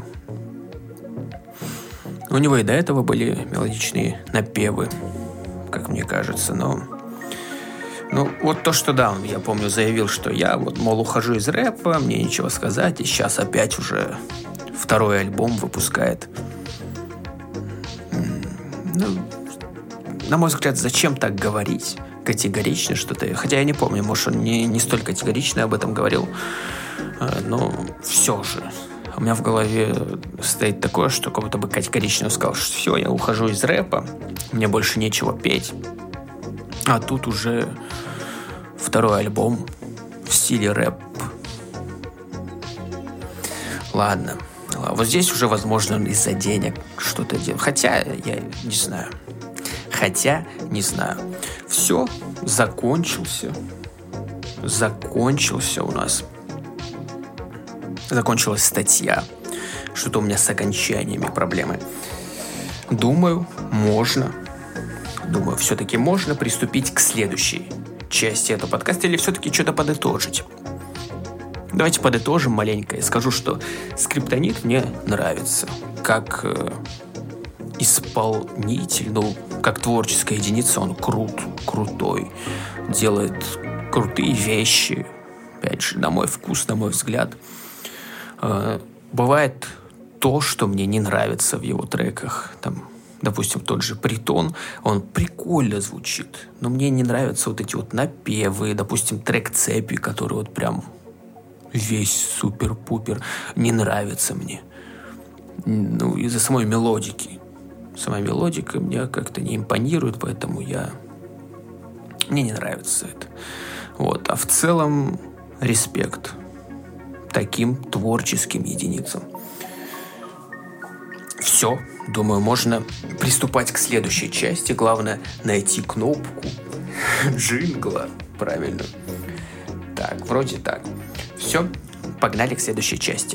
Speaker 1: У него и до этого были мелодичные напевы, как мне кажется, но... вот то, что да, я помню, заявил, что я мол, ухожу из рэпа, мне нечего сказать, и сейчас опять уже второй альбом выпускает. На мой взгляд, зачем так говорить? Категорично что-то. Хотя я не помню, может, он не столь категорично об этом говорил. Но все же. У меня в голове стоит такое, что как будто бы категорично сказал, что все, я ухожу из рэпа, мне больше нечего петь. А тут уже второй альбом в стиле рэп. Ладно. Вот здесь уже, возможно, он из-за денег что-то делает. Хотя, я не знаю. Все, закончился у нас. Закончилась статья. Что-то у меня с окончаниями проблемы. Думаю, все-таки можно приступить к следующей части этого подкаста или все-таки что-то подытожить. Давайте подытожим маленько и скажу, что Скриптонит мне нравится как исполнитель, как творческая единица, он крутой, делает крутые вещи, опять же, на мой вкус, на мой взгляд. Бывает то, что мне не нравится в его треках, допустим, тот же «Притон», он прикольно звучит, но мне не нравятся эти напевы, допустим, трек «Цепи», который прям весь супер-пупер, не нравится мне. Из-за самой мелодики. Сама мелодика мне как-то не импонирует, поэтому мне не нравится это. А в целом респект таким творческим единицам. Все, думаю, можно приступать к следующей части. Главное найти кнопку джингла, правильно. Так, вроде так. Все, погнали к следующей части.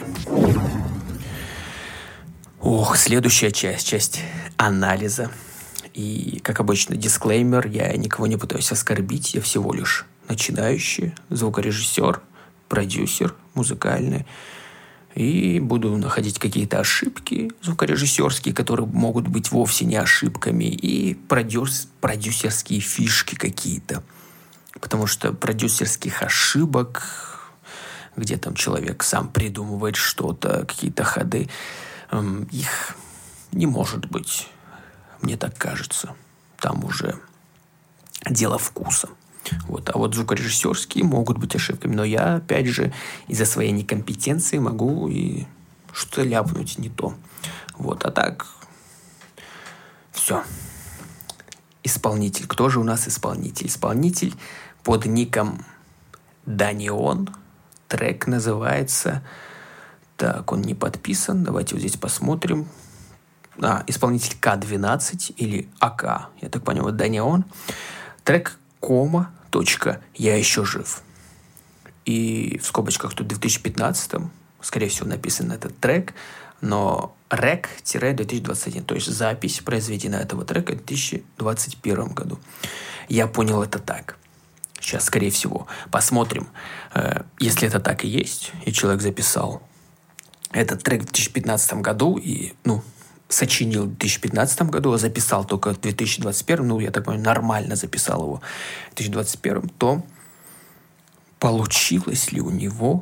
Speaker 1: Следующая часть анализа. И, как обычно, дисклеймер, я никого не пытаюсь оскорбить, я всего лишь начинающий звукорежиссер, продюсер музыкальный. И буду находить какие-то ошибки звукорежиссерские, которые могут быть вовсе не ошибками, и продюсерские фишки какие-то. Потому что продюсерских ошибок, где человек сам придумывает что-то, какие-то ходы, их не может быть, мне так кажется. Там уже дело вкуса. А звукорежиссерские могут быть ошибками. Но я, опять же, из-за своей некомпетенции могу и что-то ляпнуть не то. А так, все. Исполнитель. Кто же у нас исполнитель? Исполнитель под ником Данион. Трек называется... Так, он не подписан. Давайте здесь посмотрим. Исполнитель К12 или АК. Я так понимаю, Данион. Трек «Кома. Я еще жив». И в скобочках тут в 2015-м, скорее всего, написан этот трек, но рек-2021, то есть запись произведена этого трека в 2021 году. Я понял это так. Сейчас, скорее всего, посмотрим, если это так и есть, и человек записал этот трек в 2015 году и, сочинил в 2015 году, а записал только в 2021, я так понимаю, нормально записал его в 2021, то получилось ли у него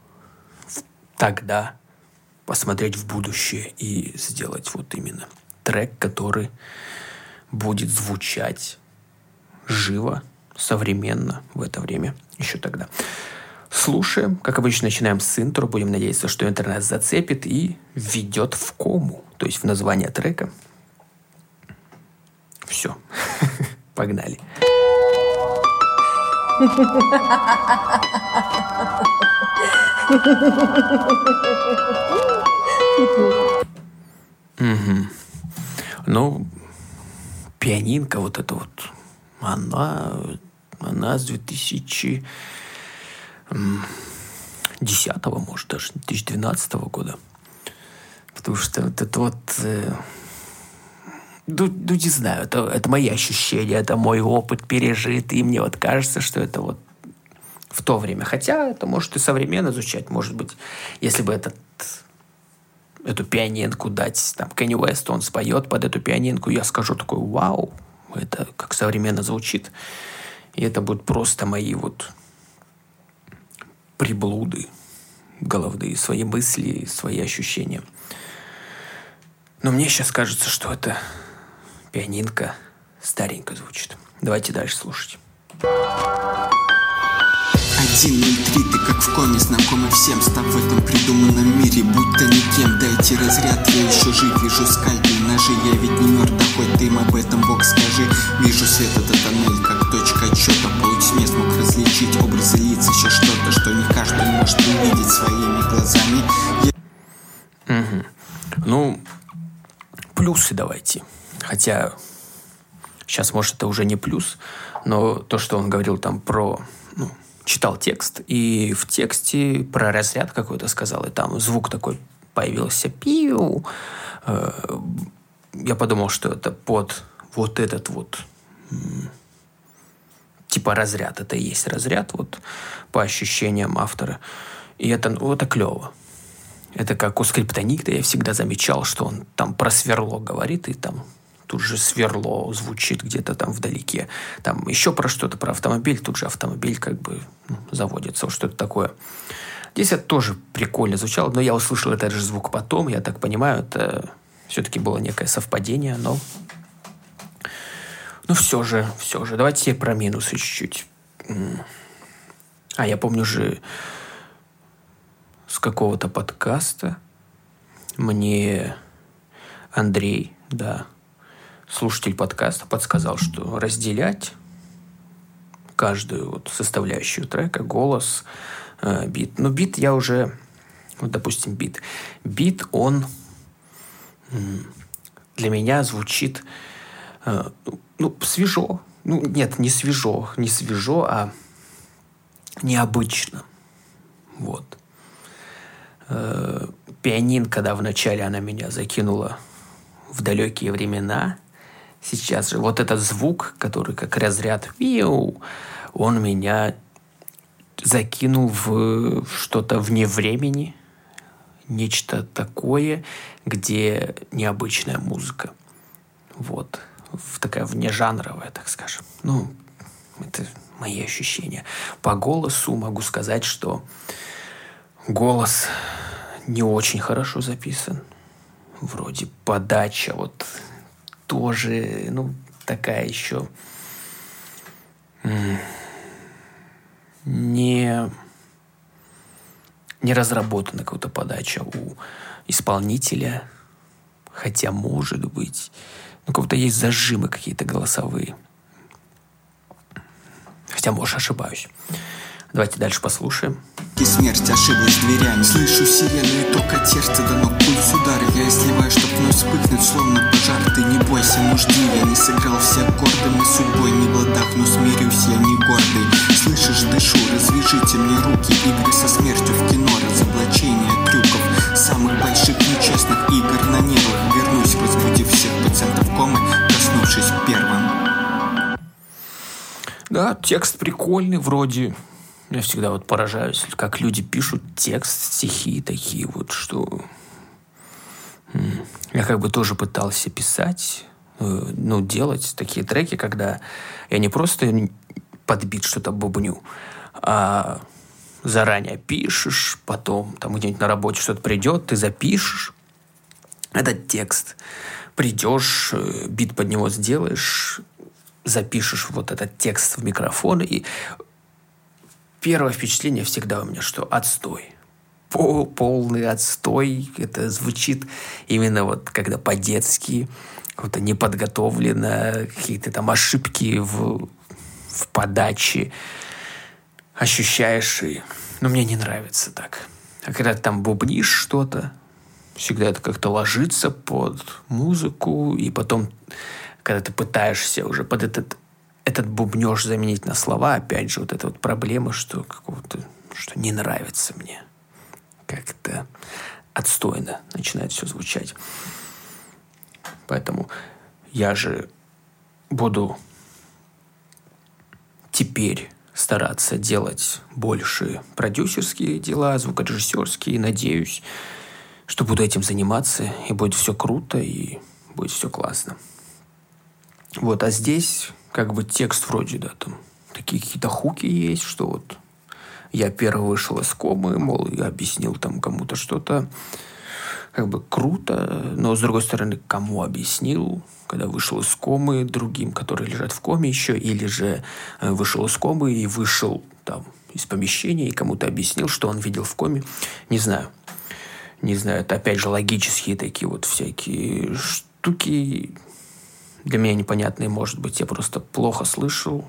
Speaker 1: тогда посмотреть в будущее и сделать именно трек, который будет звучать живо, современно в это время, еще тогда. Слушаем. Как обычно, начинаем с интро. Будем надеяться, что интернет зацепит и введет в кому, то есть в название трека. Все. Погнали. Ну, пианинка вот эта вот, она с 2010-го, может, даже 2012 года. Потому что вот это вот... не знаю, это мои ощущения, это мой опыт пережитый, и мне вот кажется, что это вот в то время. Хотя это может и современно звучать. Может быть, если бы эту пианинку дать там Кенни Уэст, он споет под эту пианинку, я скажу такой: вау, это как современно звучит. И это будут просто мои вот приблуды головные, свои мысли, свои ощущения. Но мне сейчас кажется, что это пианинка старенько звучит. Давайте дальше слушать.
Speaker 3: 1.03, ты как в коме, знакомый всем, став в этом придуманном мире, будто никем. Дайте разряд, я еще жив, вижу скальпель, ножи, я ведь не мертв, да хоть ты им об этом, Бог, скажи. Вижу свет, это тоннель, как точка отсчета, полутьме смог различить образы лиц, еще что-то, что не каждый может увидеть своими глазами.
Speaker 1: Ну, плюсы давайте. Хотя сейчас, может, это уже не плюс, но то, что он говорил там про... читал текст, и в тексте про разряд какой-то сказал, и там звук такой появился, пиу. Я подумал, что это под вот этот вот типа разряд. Это и есть разряд, вот по ощущениям автора. И это клево. Это как у Скриптонита, я всегда замечал, что он там про сверло говорит, и там тут же сверло звучит где-то там вдалеке. Там еще про что-то, про автомобиль, тут же автомобиль как бы заводится, вот что-то такое. Здесь это тоже прикольно звучало, но я услышал этот же звук потом, я так понимаю, это все-таки было некое совпадение, но все же. Давайте про минусы чуть-чуть. Я помню же с какого-то подкаста мне Андрей, слушатель подкаста, подсказал, что разделять каждую вот составляющую трека, голос, бит. Но бит я уже... Вот, допустим, бит. Бит, он для меня звучит свежо. Нет, не свежо, а необычно. Вот. Пианинка, когда вначале она меня закинула в далекие времена, сейчас же вот этот звук, который как разряд, он меня закинул в что-то вне времени, нечто такое, где необычная музыка. Вот. Такая внежанровая, так скажем. Это мои ощущения. По голосу могу сказать, что голос не очень хорошо записан. Вроде подача вот тоже, такая еще не разработана какая-то подача у исполнителя. Хотя, может быть, как-то есть зажимы какие-то голосовые. Хотя, может, ошибаюсь. Давайте дальше послушаем.
Speaker 3: И смерть ошиблась дверями. Слышу сирену и ток от сердца до ног. Пульс удары, я изливаю, чтоб вновь вспыхнуть, словно пожар. Ты не бойся нужды, я не сыграл все аккорды. Мы судьбой не в ладах, но смирюсь, я не гордый. Слышишь, дышу, развяжите мне руки. Игры со смертью в кино, разоблачение трюков самых больших нечестных игр на нервах. Вернусь, разбудив всех пациентов комы, коснувшись первым.
Speaker 1: Да, текст прикольный вроде. Я всегда вот поражаюсь, как люди пишут текст, стихи такие вот, что... Я как бы тоже пытался писать, делать такие треки, когда я не просто под бит что-то бубню, а заранее пишешь, потом там где-нибудь на работе что-то придет, ты запишешь этот текст, придешь, бит под него сделаешь, запишешь вот этот текст в микрофон, и первое впечатление всегда у меня, что отстой. Полный отстой. Это звучит именно вот когда по-детски, как-то неподготовленно, какие-то там ошибки в подаче ощущаешь. Но мне не нравится так. А когда ты там бубнишь что-то, всегда это как-то ложится под музыку, и потом, когда ты пытаешься уже под этот бубнёж заменить на слова, опять же, вот эта вот проблема, что не нравится мне. Как-то отстойно начинает все звучать. Поэтому я же буду теперь стараться делать больше продюсерские дела, звукорежиссерские, и надеюсь, что буду этим заниматься, и будет все круто, и будет все классно. Вот, а здесь как бы текст вроде, да, там такие какие-то хуки есть, что вот я первый вышел из комы, мол, я объяснил там кому-то что-то, как бы круто, но, с другой стороны, кому объяснил, когда вышел из комы, другим, которые лежат в коме еще, или же вышел из комы и вышел там из помещения и кому-то объяснил, что он видел в коме, не знаю. Не знаю, это опять же логические такие вот всякие штуки, для меня непонятные, может быть, я просто плохо слушал.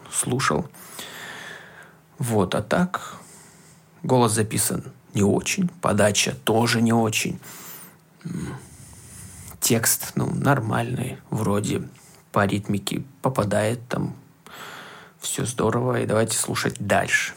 Speaker 1: Вот, а так голос записан не очень, подача тоже не очень. Текст, нормальный, вроде по ритмике попадает, там все здорово, и давайте слушать дальше.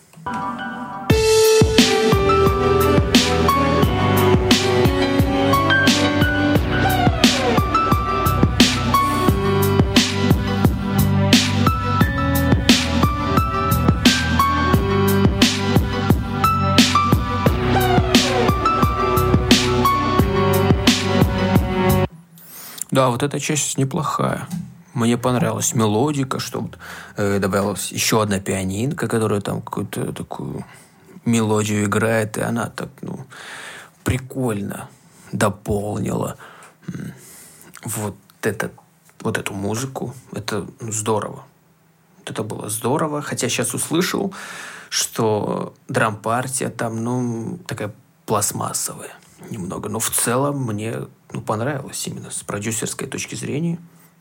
Speaker 1: Да, вот эта часть неплохая. Мне понравилась мелодика, что добавилась еще одна пианинка, которая там какую-то такую мелодию играет, и она так, прикольно дополнила вот эту музыку. Это здорово. Вот это было здорово. Хотя сейчас услышал, что драм-партия там, такая пластмассовая немного. Но в целом мне понравилось именно с продюсерской точки зрения.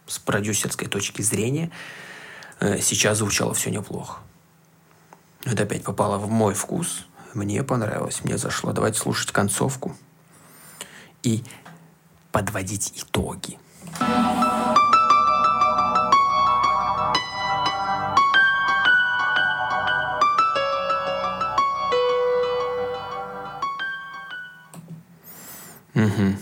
Speaker 1: Сейчас звучало все неплохо. Это опять попало в мой вкус. Мне понравилось, мне зашло. Давайте слушать концовку и подводить итоги. Угу.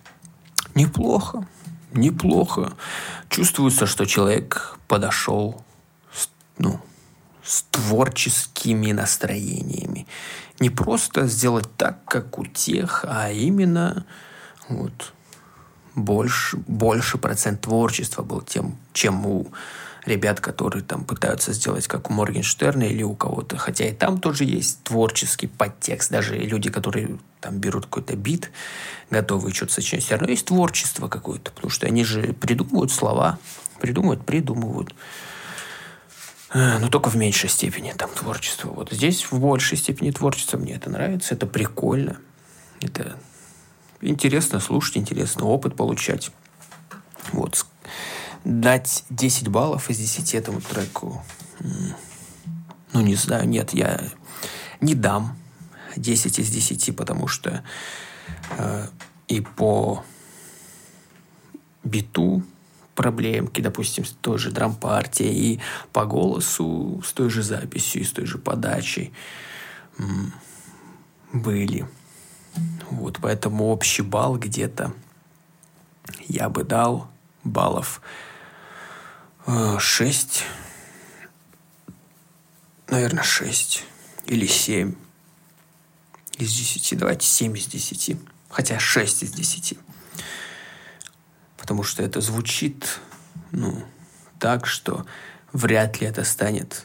Speaker 1: Неплохо. Чувствуется, что человек подошел с творческими настроениями. Не просто сделать так, как у тех, а именно больше процент творчества был чем у ребят, которые там пытаются сделать как у Моргенштерна или у кого-то. Хотя и там тоже есть творческий подтекст. Даже люди, которые там берут какой-то бит, готовые что-то сочинять, все равно есть творчество какое-то. Потому что они же придумывают слова, придумывают. Но только в меньшей степени там творчество. Вот здесь в большей степени творчество. Мне это нравится, это прикольно. Это интересно слушать, интересно опыт получать. Вот. Дать 10 баллов из 10 этому треку, не знаю, нет, я не дам 10 из 10, потому что и по биту проблемки, допустим, с той же драм-партией, и по голосу с той же записью, и с той же подачей были. Вот, поэтому общий балл где-то я бы дал баллов 6, наверное, 6 или 7 из 10. Давайте 7 из 10. Хотя 6 из 10. Потому что это звучит, так, что вряд ли это станет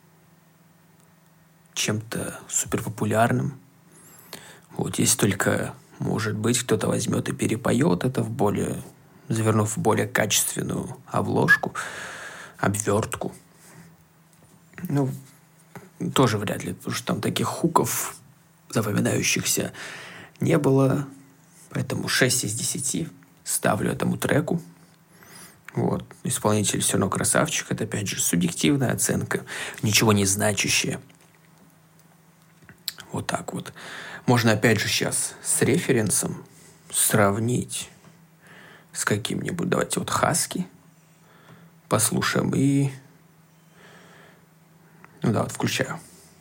Speaker 1: чем-то суперпопулярным. Вот, если только, может быть, кто-то возьмет и перепоет это завернув в более качественную обвертку. Тоже вряд ли, потому что там таких хуков запоминающихся не было. Поэтому 6 из 10 ставлю этому треку. Вот. Исполнитель все равно красавчик. Это, опять же, субъективная оценка. Ничего не значащее. Вот так вот. Можно, опять же, сейчас с референсом сравнить с каким-нибудь. Давайте вот Хаски послушаем и... Ну да, вот включаю.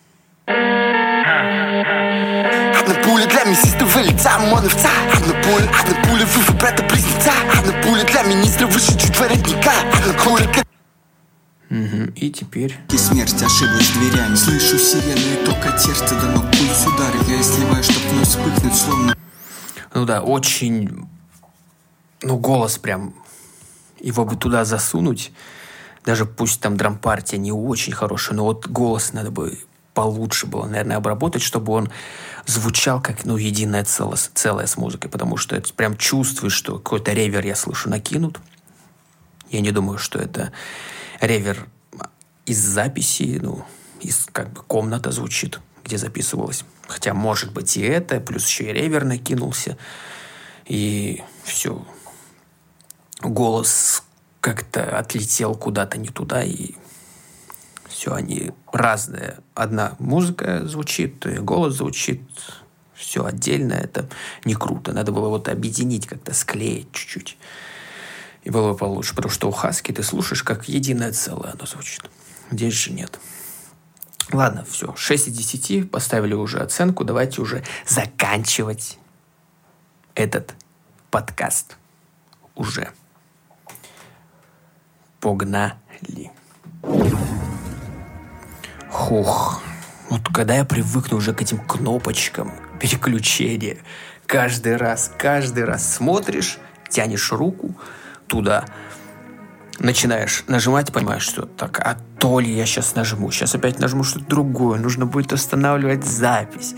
Speaker 3: Одна пуля для мясистого лица, моновца. Одна пуля в брата-близнеца. Одна пуля для министра выше чуть воротника. Одна пуля...
Speaker 1: И теперь...
Speaker 3: И смерть ошиблась дверями. Слышу сирену и ток от сердца до ног. Пульс удар, я изливаю, чтоб вновь вспыхнуть, словно...
Speaker 1: Ну да, очень... Ну, голос прям... Его бы туда засунуть. Даже пусть там драм-партия не очень хорошая, но вот голос надо бы получше было, наверное, обработать, чтобы он звучал как, ну, единое целое с музыкой. Потому что это прям чувствуешь, что какой-то ревер, я слышу, накинут. Я не думаю, что это ревер из записи, ну, из как бы комната звучит, где записывалось. Хотя, может быть, и это, плюс еще и ревер накинулся. И все. Голос как-то отлетел куда-то не туда, и все, они разные. Одна музыка звучит, голос звучит, все отдельно, это не круто. Надо было вот объединить, как-то склеить чуть-чуть. И было бы получше, потому что у Хаски ты слушаешь, как единое целое оно звучит. Здесь же нет. Ладно, все, 6 из 10, поставили уже оценку, давайте уже заканчивать этот подкаст. Уже. Погнали. Хух. Вот когда я привыкну уже к этим кнопочкам переключения, каждый раз смотришь, тянешь руку туда, начинаешь нажимать, понимаешь, что так, а то ли я сейчас нажму, сейчас опять нажму что-то другое, нужно будет останавливать запись.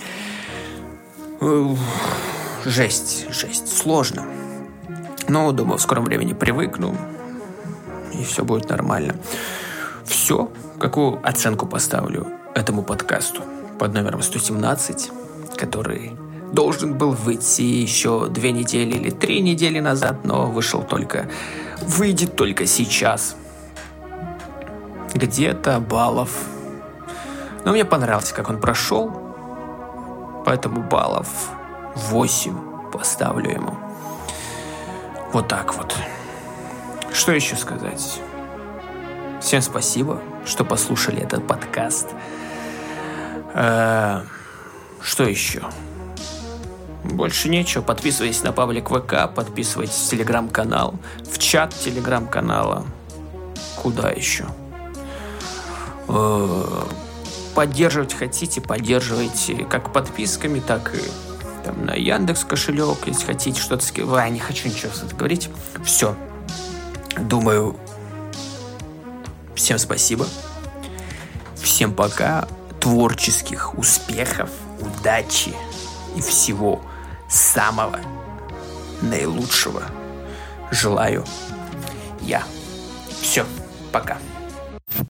Speaker 1: Жесть, сложно. Но, думаю, в скором времени привыкну, и все будет нормально. Все. Какую оценку поставлю этому подкасту под номером 117, который должен был выйти еще 2 недели или 3 недели назад, но выйдет только сейчас. Где-то баллов. Но мне понравилось, как он прошел, поэтому баллов 8 поставлю ему. Вот так вот. Что еще сказать? Всем спасибо, что послушали этот подкаст. Что еще? Больше нечего. Подписывайтесь на паблик ВК, подписывайтесь в Телеграм-канал, в чат Телеграм-канала. Куда еще? Поддерживать хотите, поддерживайте как подписками, так и там, на Яндекс кошелек, если хотите что-то скидывать. Не хочу ничего говорить. Все. Думаю, всем спасибо. Всем пока. Творческих успехов, удачи и всего самого наилучшего желаю я. Все, пока.